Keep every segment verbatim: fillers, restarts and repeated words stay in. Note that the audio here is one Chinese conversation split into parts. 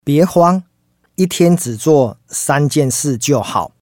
别慌，一天只做三件事就好。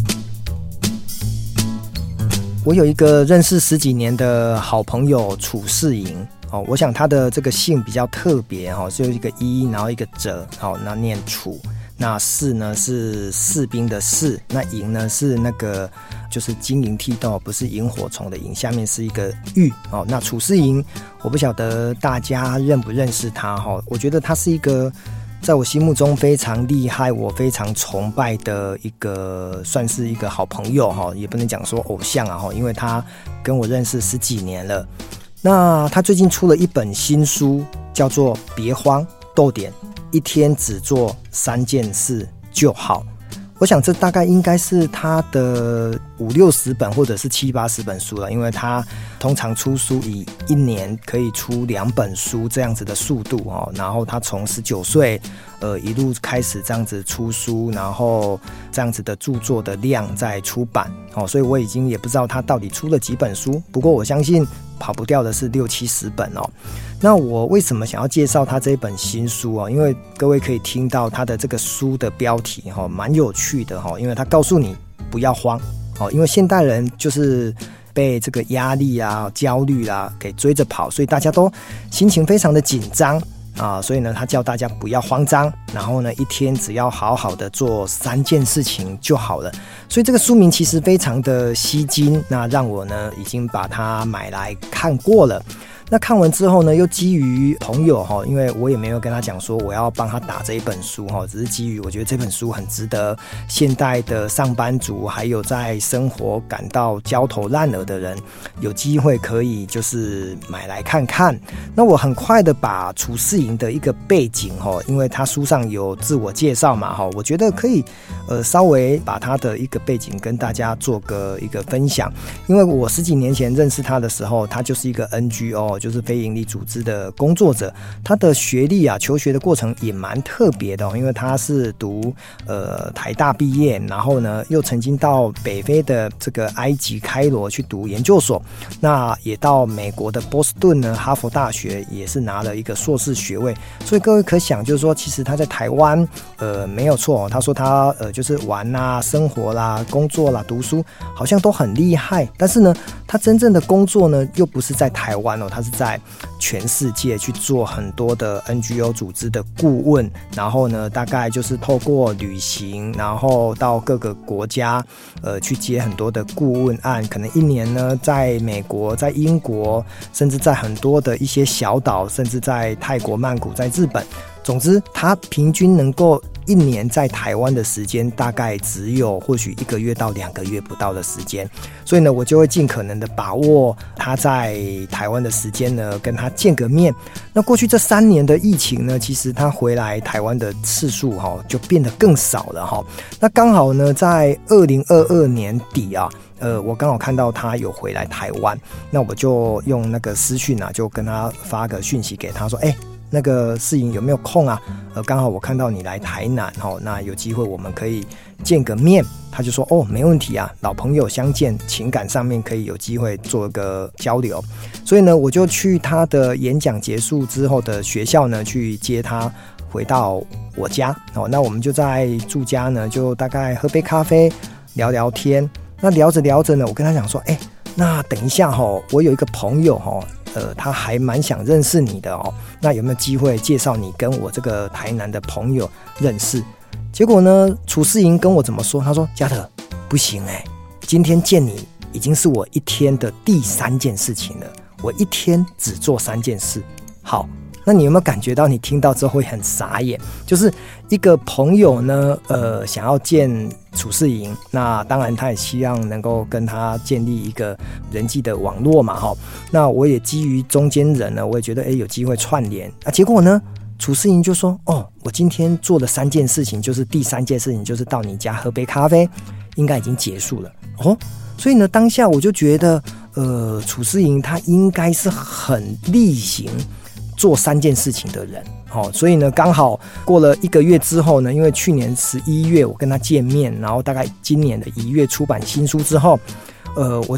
我有一个认识十几年的好朋友楚世营，哦，我想他的这个姓比较特别，哦，是有一个一，然后一个者，好，那念楚。那士呢是士兵的士，那营呢是那个就是晶莹剔透，不是萤火虫的萤，下面是一个玉，哦，那楚世营，我不晓得大家认不认识他，哦，我觉得他是一个在我心目中非常厉害，我非常崇拜的一个，算是一个好朋友，也不能讲说偶像啊，因为他跟我认识十几年了。那他最近出了一本新书，叫做《别慌，逗点，一天只做三件事就好》。我想这大概应该是他的五六十本或者是七八十本书了，因为他通常出书以一年可以出两本书这样子的速度，哦，然后他从十九岁呃一路开始这样子出书，然后这样子的著作的量在出版，哦，所以我已经也不知道他到底出了几本书，不过我相信跑不掉的是六七十本哦。那我为什么想要介绍他这本新书啊？因为各位可以听到他的这个书的标题哈，蛮有趣的哈，因为他告诉你不要慌哦，因为现代人就是被这个压力啊、焦虑啊给追着跑，所以大家都心情非常的紧张啊，所以呢，他叫大家不要慌张，然后呢，一天只要好好的做三件事情就好了。所以这个书名其实非常的吸睛，那让我呢已经把它买来看过了。那看完之后呢，又基于朋友，因为我也没有跟他讲说我要帮他打这一本书，只是基于我觉得这本书很值得现代的上班族还有在生活感到焦头烂额的人有机会可以就是买来看看。那我很快的把楚世营的一个背景，因为他书上有自我介绍嘛，我觉得可以呃稍微把他的一个背景跟大家做个一个分享。因为我十几年前认识他的时候，他就是一个 N G O，就是非营利组织的工作者，他的学历啊，求学的过程也蛮特别的，哦，因为他是读呃台大毕业，然后呢又曾经到北非的这个埃及开罗去读研究所，那也到美国的波士顿呢哈佛大学也是拿了一个硕士学位，所以各位可想就是说，其实他在台湾呃没有错，他说他呃就是玩啦、生活啦、工作啦、读书好像都很厉害，但是呢，他真正的工作呢又不是在台湾哦，他是在全世界去做很多的 N G O 组织的顾问，然后呢大概就是透过旅行，然后到各个国家呃去接很多的顾问案，可能一年呢在美国、在英国，甚至在很多的一些小岛，甚至在泰国曼谷、在日本，总之他平均能够一年在台湾的时间大概只有或许一个月到两个月不到的时间，所以呢我就会尽可能的把握他在台湾的时间呢跟他见个面。那过去这三年的疫情呢，其实他回来台湾的次数就变得更少了。那刚好呢在二零二二年底啊，呃，我刚好看到他有回来台湾，那我就用那个私讯啊，就跟他发个讯息给他说，哎、欸那个世营有没有空啊？呃，刚好我看到你来台南，哦，那有机会我们可以见个面。他就说，哦，没问题啊，老朋友相见，情感上面可以有机会做一个交流。所以呢，我就去他的演讲结束之后的学校呢，去接他回到我家。哦，那我们就在住家呢，就大概喝杯咖啡，聊聊天。那聊着聊着呢，我跟他讲说，哎、欸，那等一下哈，我有一个朋友哈。呃，他还蛮想认识你的哦，那有没有机会介绍你跟我这个台南的朋友认识？结果呢，楚世营跟我怎么说？他说：“嘉德，不行哎、欸，今天见你已经是我一天的第三件事情了，我一天只做三件事。”好，那你有没有感觉到你听到之后会很傻眼？就是一个朋友呢，呃，想要见楚世营，那当然他也希望能够跟他建立一个人际的网络嘛，哈。那我也基于中间人呢，我也觉得哎有机会串联啊。结果呢，楚世营就说：“哦，我今天做的三件事情，就是第三件事情就是到你家喝杯咖啡，应该已经结束了哦。”所以呢，当下我就觉得，呃，楚世营他应该是很例行做三件事情的人。好、哦，所以呢，刚好过了一个月之后呢，因为去年十一月我跟他见面，然后大概今年的一月出版新书之后，呃，我就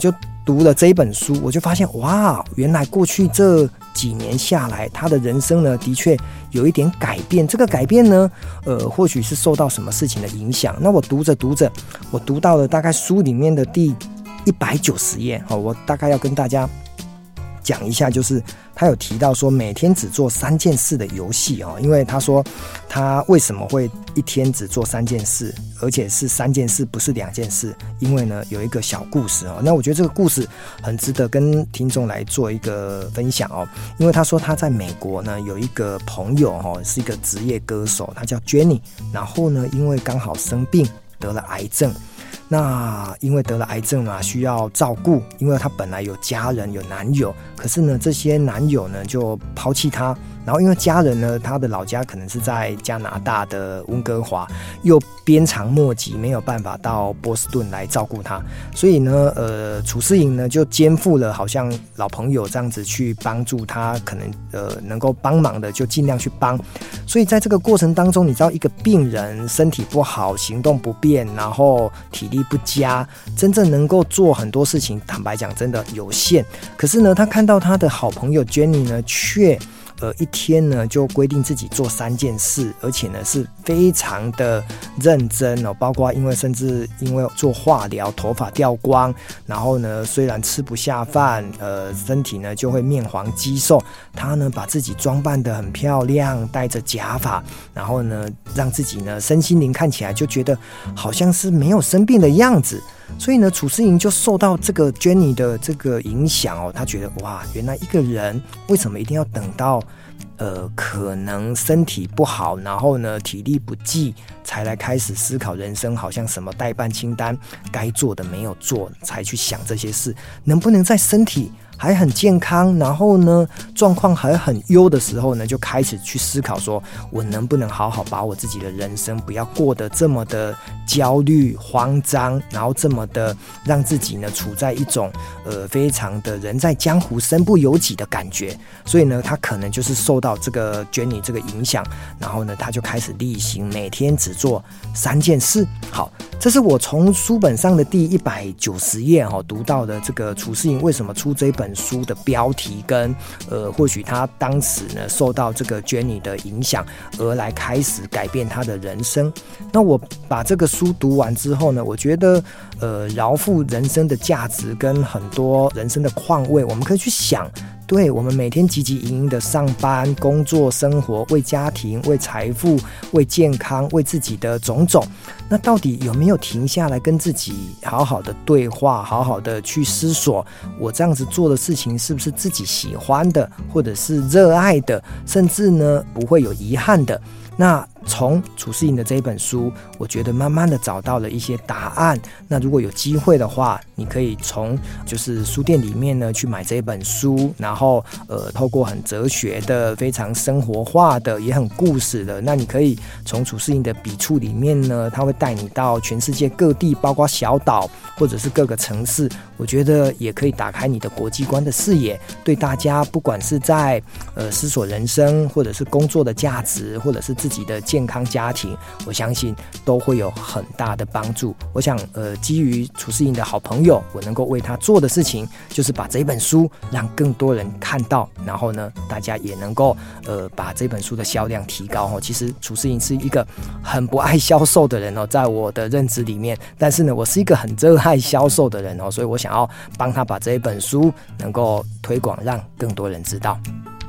读了这一本书，我就发现哇，原来过去这几年下来，他的人生呢的确有一点改变。这个改变呢呃，或许是受到什么事情的影响。那我读着读着，我读到了大概书里面的第一百九十页，我大概要跟大家讲一下，就是他有提到说每天只做三件事的游戏哦，因为他说他为什么会一天只做三件事，而且是三件事不是两件事，因为呢有一个小故事哦。那我觉得这个故事很值得跟听众来做一个分享哦，因为他说他在美国呢有一个朋友哦，是一个职业歌手，他叫 Jenny， 然后呢因为刚好生病得了癌症。那因为得了癌症嘛，需要照顾，因为她本来有家人有男友，可是呢这些男友呢就抛弃她，然后因为家人呢她的老家可能是在加拿大的温哥华，又鞭长莫及，没有办法到波士顿来照顾她，所以呢呃楚思莹呢就肩负了好像老朋友这样子去帮助她，可能呃能够帮忙的就尽量去帮。所以在这个过程当中，你知道一个病人身体不好，行动不便，然后体力不佳，真正能够做很多事情，坦白讲真的有限。可是呢他看到他的好朋友 Jenny 呢却呃，一天呢就规定自己做三件事，而且呢是非常的认真哦，包括因为甚至因为做化疗，头发掉光，然后呢虽然吃不下饭，呃，身体呢就会面黄肌瘦，他呢把自己装扮得很漂亮，戴着假发，然后呢让自己呢身心灵看起来就觉得好像是没有生病的样子。所以呢楚思莹就受到这个 Jenny 的这个影响哦，他觉得哇，原来一个人为什么一定要等到呃可能身体不好，然后呢体力不济才来开始思考人生，好像什么待办清单该做的没有做才去想这些事，能不能在身体还很健康，然后呢状况还很优的时候呢，就开始去思考说我能不能好好把我自己的人生不要过得这么的焦虑慌张，然后这么的让自己呢处在一种呃非常的人在江湖身不由己的感觉。所以呢他可能就是受到这个 Jenny 这个影响，然后呢他就开始例行每天只做三件事。好，这是我从书本上的第一百九十页哦读到的这个楚思莹为什么出这本书的标题，跟呃或许他当时呢受到这个 Jenny 的影响而来开始改变他的人生。那我把这个书读完之后呢，我觉得呃饶富人生的价值跟很多人生的况味，我们可以去想，对，我们每天汲汲营营的上班工作生活，为家庭为财富为健康为自己的种种，那到底有没有停下来跟自己好好的对话，好好的去思索我这样子做的事情是不是自己喜欢的，或者是热爱的，甚至呢不会有遗憾的。那从楚思莹的这一本书，我觉得慢慢的找到了一些答案。那如果有机会的话，你可以从就是书店里面呢去买这一本书，然后呃透过很哲学的非常生活化的也很故事的，那你可以从楚思莹的笔触里面呢，他会带你到全世界各地，包括小岛或者是各个城市，我觉得也可以打开你的国际观的视野，对大家不管是在呃思索人生，或者是工作的价值，或者是自己的健康家庭，我相信都会有很大的帮助。我想呃基于楚思莹的好朋友，我能够为他做的事情就是把这本书让更多人看到，然后呢大家也能够呃把这本书的销量提高哦。其实楚思莹是一个很不爱销售的人哦，在我的认知里面，但是呢我是一个很热爱销售的人哦，所以我想要帮他把这一本书能够推广，让更多人知道。